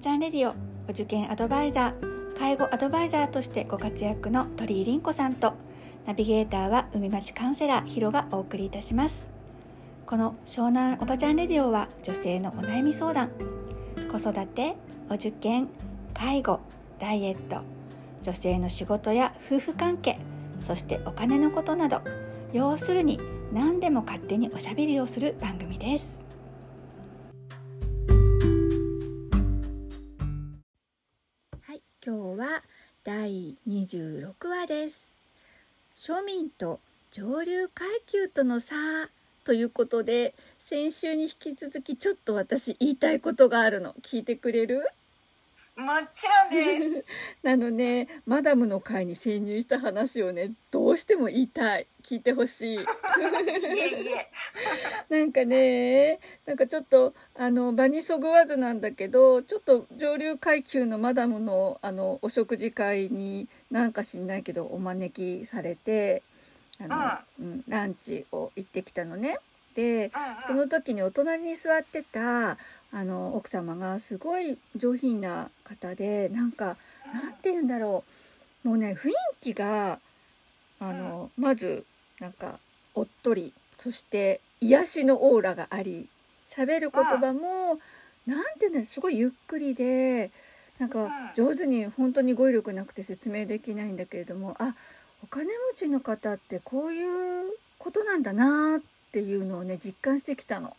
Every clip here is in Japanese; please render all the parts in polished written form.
ちゃんレディオ、お受験アドバイザー、介護アドバイザーとしてご活躍の鳥居凛子さんと、ナビゲーターは海町カウンセラーヒロがお送りいたします。この湘南おばちゃんレディオは、女性のお悩み相談、子育て、お受験、介護、ダイエット、女性の仕事や夫婦関係、そしてお金のことなど、要するに何でも勝手におしゃべりをする番組です。はい、今日は第26話です。庶民と上流階級との差ということで、先週に引き続きちょっと私言いたいことがあるの。聞いてくれる？ もちろんですなのね、マダムの会に潜入した話をね、どうしても言いたい。聞いてほしい。 いえいえなんかね、なんかちょっと場にそぐわずなんだけど、ちょっと上流階級のマダムのお食事会になんか知んないけどお招きされて、ランチを行ってきたのね。で、その時にお隣に座ってた奥様がすごい上品な方で、なんて言うんだろう、もうね、雰囲気がまずなんかおっとり、そして癒しのオーラがあり、喋る言葉もなんていうんだろう、すごいゆっくりで、なんか上手に、本当に語彙力なくて説明できないんだけれども、お金持ちの方ってこういうことなんだなっていうのをね、実感してきたの。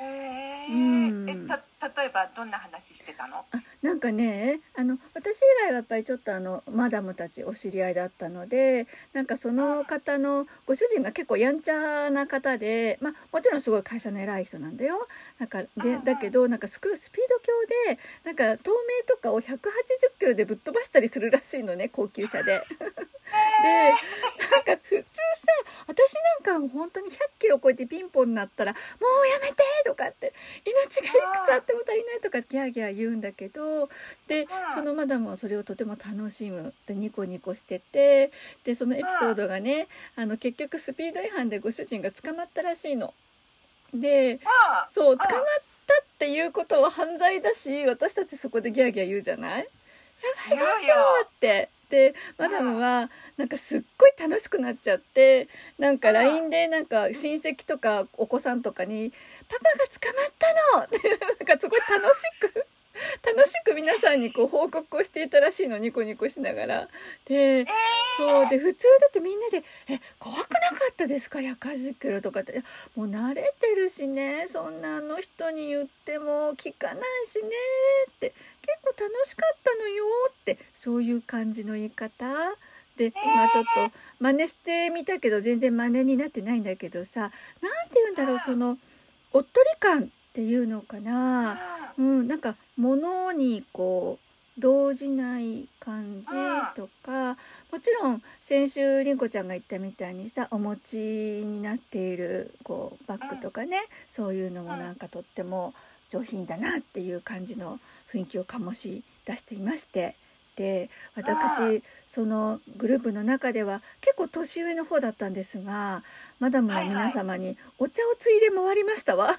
例えばどんな話してたの？ なんかね、私以外はやっぱりちょっとマダムたちお知り合いだったので、なんかその方のご主人が結構やんちゃな方で、もちろんすごい会社の偉い人なんだよ。だけどなんかすごいスピード強で、なんか東名とかを180キロでぶっ飛ばしたりするらしいのね、高級車で。で、なんか普通さ、私なんか本当に100キロ超えてピンポンになったら、もうやめてとかって、命がいくつあっても足りないとかギャーギャー言うんだけど、でそのマダムはそれをとても楽しむで、ニコニコしてて、でそのエピソードがね、結局スピード違反でご主人が捕まったらしいので、そう、捕まったっていうことは犯罪だし、私たちそこでギャーギャー言うじゃない？やばいどうしようって。でマダムはなんかすっごい楽しくなっちゃって、なんか LINE でなんか親戚とかお子さんとかにパパが捕まったのってなんかすごい楽しく皆さんにこう報告をしていたらしいの、ニコニコしながら。で、そうで、普通だってみんなで怖くなかったですか180キロとかって、もう慣れてるしね、そんな人に言っても聞かないしねって、結構楽しかったのよって、そういう感じの言い方で、今ちょっと真似してみたけど全然真似になってないんだけどさ、なんて言うんだろう、そのおっとり感っていうのかな、なんか物にこう動じない感じとか、もちろん先週りんこちゃんが言ったみたいにさ、お持ちになっているこうバッグとかね、そういうのもなんかとっても上品だなっていう感じの雰囲気を醸し出していまして、で私そのグループの中では結構年上の方だったんですが、マダムの皆様にお茶をついで回りましたわ。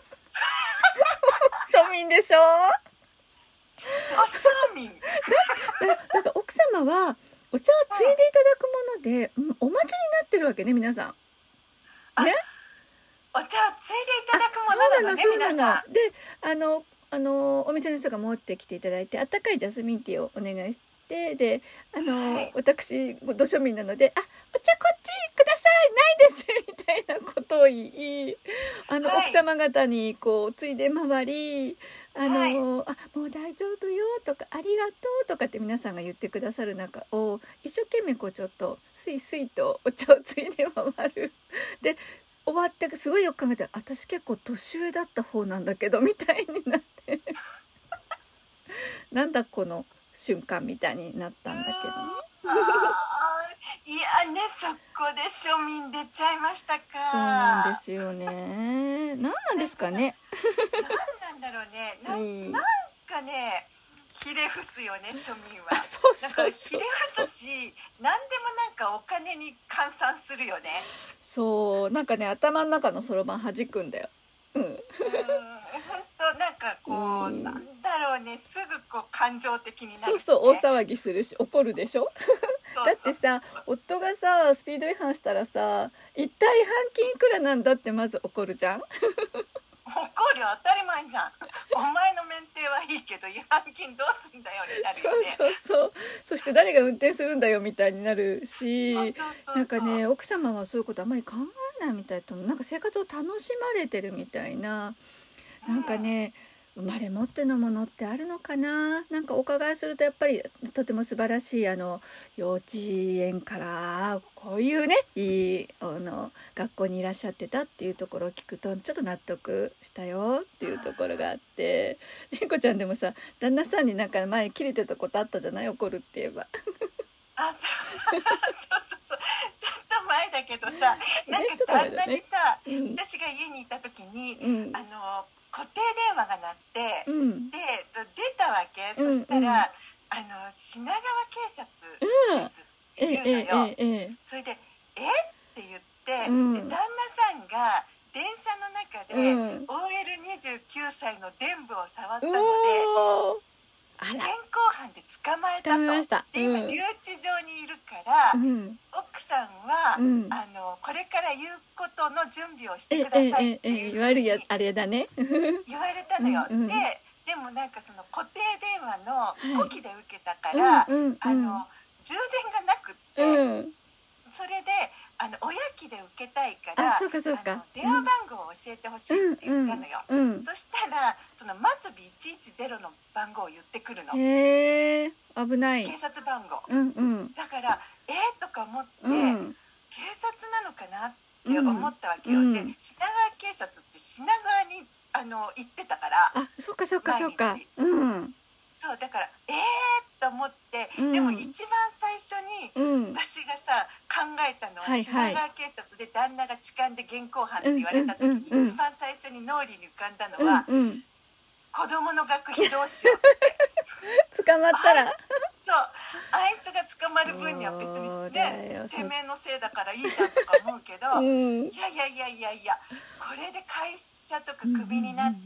庶民でしょ？ 庶民だから奥様はお茶をついでいただくもので、お待ちになってるわけね、皆さんね。 お茶をついでいただくものなのね、皆さん。 でお店の人が持ってきていただいて、あったかいジャスミンティーをお願いして、で私ご庶民なので、お茶こっちください、ないですみたいなことを言い、奥様方にこうついで回り、もう大丈夫よとか、ありがとうとかって皆さんが言ってくださる中を、一生懸命こうちょっとスイスイとお茶をついで回る。で終わってすごいよく考えたら、私結構年上だった方なんだけどみたいになってなんだこの瞬間みたいになったんだけどね。 いやね、そこで庶民出ちゃいましたか。 そうなんですよね。何なんですかね。 何なんだろうね。なんかね、ひれ伏すよね、庶民は。 そうなんかひれ伏すし、何でもなんかお金に換算するよね。 そう、なんかね、頭の中のそろばん弾くんだよ。 本当なんかこう、なんだろとねすぐこう感情的になるし、ね、 そう大騒ぎするし怒るでしょだってさ夫がさスピード違反したらさ一体半金いくらなんだってまず怒るじゃん。 怒るよ、当たり前じゃん。お前の免停はいいけど違反金どうすんだよになるよね。 そうそして誰が運転するんだよみたいになるし、 そうなんかね奥様はそういうことあんまり考えないみたいと、なんか生活を楽しまれてるみたいな、なんかね、生まれ持ってのものってあるのかな。なんかお伺いするとやっぱりとても素晴らしい幼稚園からこういうねいい学校にいらっしゃってたっていうところを聞くとちょっと納得したよっていうところがあって、りんこちゃんでもさ旦那さんになんか前切れてたことあったじゃない、怒るって言えば。 そうちょっと前だけどさ、なんか旦那にさ、私が家にいた時に、固定電話が鳴って、で出たわけ、そしたら品川警察ですって言うのよ、それでえって言って、で旦那さんが電車の中で OL29 歳の伝部を触ったので現行犯で捕まえたと。で今留置場にいるから、奥さんは、これから言うことの準備をしてくださいっていう言われるやあれだね言われたのよ、でもなんかその固定電話の呼気で受けたから、充電がなくって、それで親機で受けたいから電話番号を教えてほしいって言ったのよ、そしたらその末尾110の番号を言ってくるの。 へー、危ない。 警察番号、だからとか思って、警察なのかなって思ったわけよ、で品川警察って品川に行ってたから、 そうかそうだからと思って、でも一番最初に私がさ考えたのは、品川警察で旦那が痴漢で現行犯って言われた時に、一番最初に脳裏に浮かんだのは、子供の学費どうしようって捕まったらそうあいつが捕まる分には別にねてめえのせいだからいいじゃんとか思うけど、いやこれで会社とかクビになって、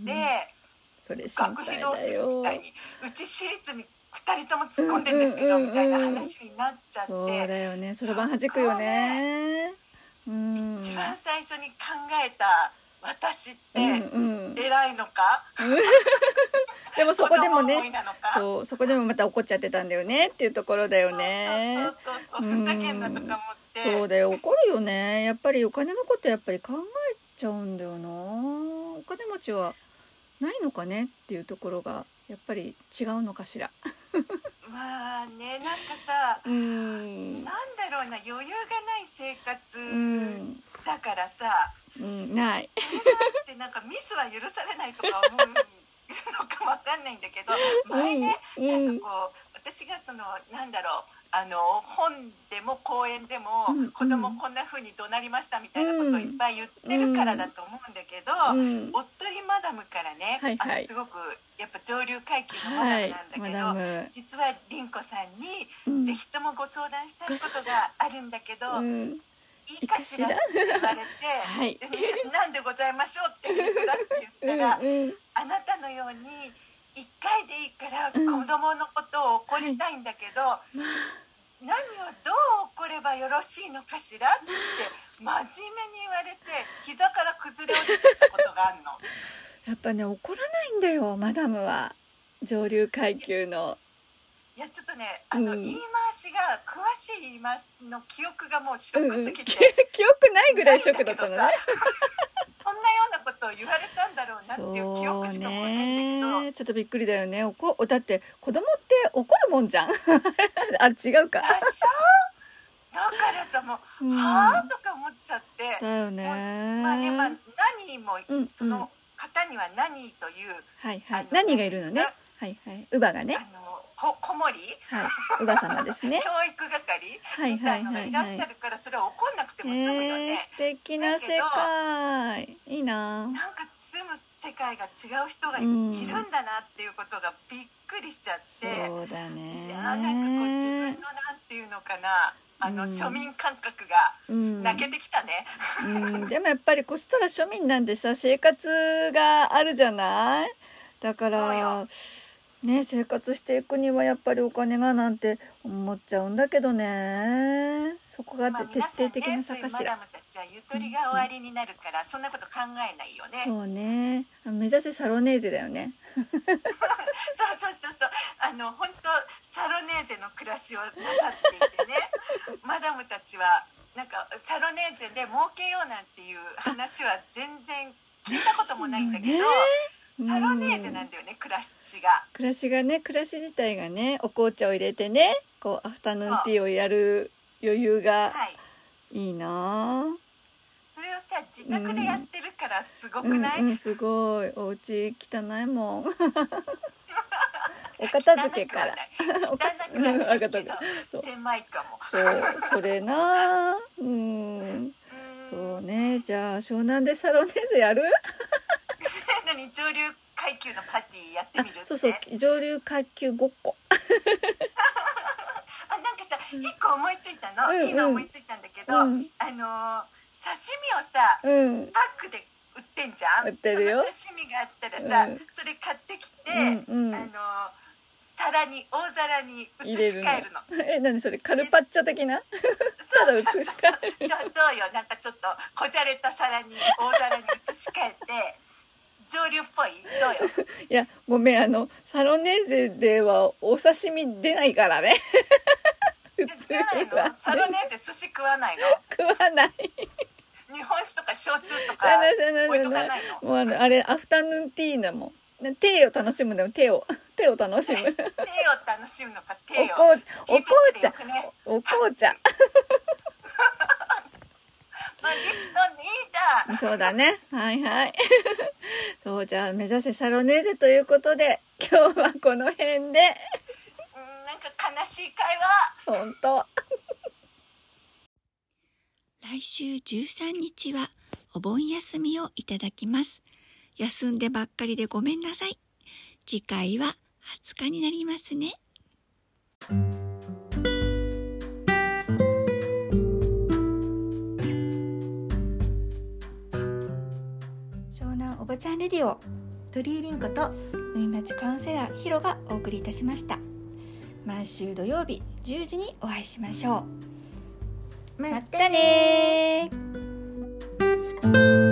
学費どうするみたいに、うち私立に2人とも突っ込んでんですけど、みたいな話になっちゃって、 そうだよね、そろばんはじくよね。 一番最初に考えた私って偉いのか、 でもそこでもね、そこでもまた怒っちゃってたんだよねっていうところだよね。 そうふざけんなとか思って。 そうだよ、怒るよね。やっぱりお金のことやっぱり考えちゃうんだよな。お金持ちはないのかねっていうところがやっぱり違うのかしら。 まあね、なんかさ、なんだろうな、余裕がない生活だからさ、 ない。 それがあってなんかミスは許されないとか思うのかわかんないんだけど、前ね、なんかこう私がそのなんだろう、本でも講演でも、子供こんな風に怒鳴りましたみたいなことをいっぱい言ってるからだと思うんだけど、おっとりマダムからね、すごくやっぱ上流階級のマダムなんだけど、実は凛子さんに、ぜひともご相談したいことがあるんだけど、いいかしらって言われて、でなんでございましょうって言ったって言ったら、あなたのように1回でいいから子供のことを怒りたいんだけど、何をどう怒ればよろしいのかしらって真面目に言われて、膝から崩れ落ちてたことがあるの。 やっぱね、怒らないんだよマダムは、上流階級の。 いやちょっとね、言い回しが詳しい言い回しの記憶がもうショックすぎて、 記憶ないぐらいショックだったのね。 こんなようなことを言われたんだろうなっていう記憶しかもないんだけど、 ちょっとびっくりだよね。だって子供って怒るもんじゃん。あ、違うか。 だからさ、もう、はぁとか思っちゃって。 だよね。 まあね、何も、その方には何という、 何がいるのね。乳母がね。 子守、 乳母様ですね。 教育係みたいなのがいらっしゃるから、それは怒んなくても済むよね。 素敵な世界。いいな。 なんか住む世界が違う人がいるんだなっていうことがびっくりしちゃって。 そうだね。 いや、なんかこう自分のなんていうのかな、庶民感覚が泣けてきたね。 でもやっぱりこしたら庶民なんでさ、生活があるじゃない。だからね、生活していくにはやっぱりお金がなんて思っちゃうんだけどね。そこが徹底的な差かしら。 マダムたちはゆとりが終わりになるから、そんなこと考えないよね。 そうね、目指せサロネーゼだよね。 そう本当サロネーゼの暮らしをなさっていてねマダムたちはなんかサロネーゼで儲けようなんていう話は全然聞いたこともないんだけど、サロネーゼなんだよね、暮らしがね、暮らし自体がね、お紅茶を入れてね、こうアフタヌーンティーをやる余裕がいいな。 それをさ自宅でやってるからすごくない？ すごい。お家汚いもんお片付けから汚くはないけど狭いかも。 それな。そうね。じゃあ湘南でサロネーゼやる何、上流階級のパーティーやってみるって？ そう上流階級ごっこなんかさ、一個思いついたの、いいの思いついたんだけど、刺身をさ、パックで売ってんじゃん。 売ってるよ。 その刺身があったらさ、それ買ってきて、大皿に移し替えるの。 何それ、カルパッチョ的なただ移し替えるどうよ、なんかちょっとこじゃれた大皿に移し替えて上流っぽい？どうよ。 いやごめん、サロネーゼではお刺身出ないからね出ないの？サロネーゼ寿司食わないの？ 食わない日本酒とか焼酎とか置いとかないの？ もうあれアフタヌーンティーだもん。ティーを楽しむんだよ。ティーを楽しむティーを楽しむのか。ティーお紅茶リプトンでいいじゃん。 そうだね。はいそうじゃあ目指せサロネーゼということで今日はこの辺で。 なんか悲しい会話。 本当来週13日はお盆休みをいただきます。休んでばっかりでごめんなさい。次回は20日になりますね。 湘南おばちゃんレディオ、 鳥居凛子と海町カウンセラーヒロがお送りいたしました。毎週土曜日10時にお会いしましょう。またねー。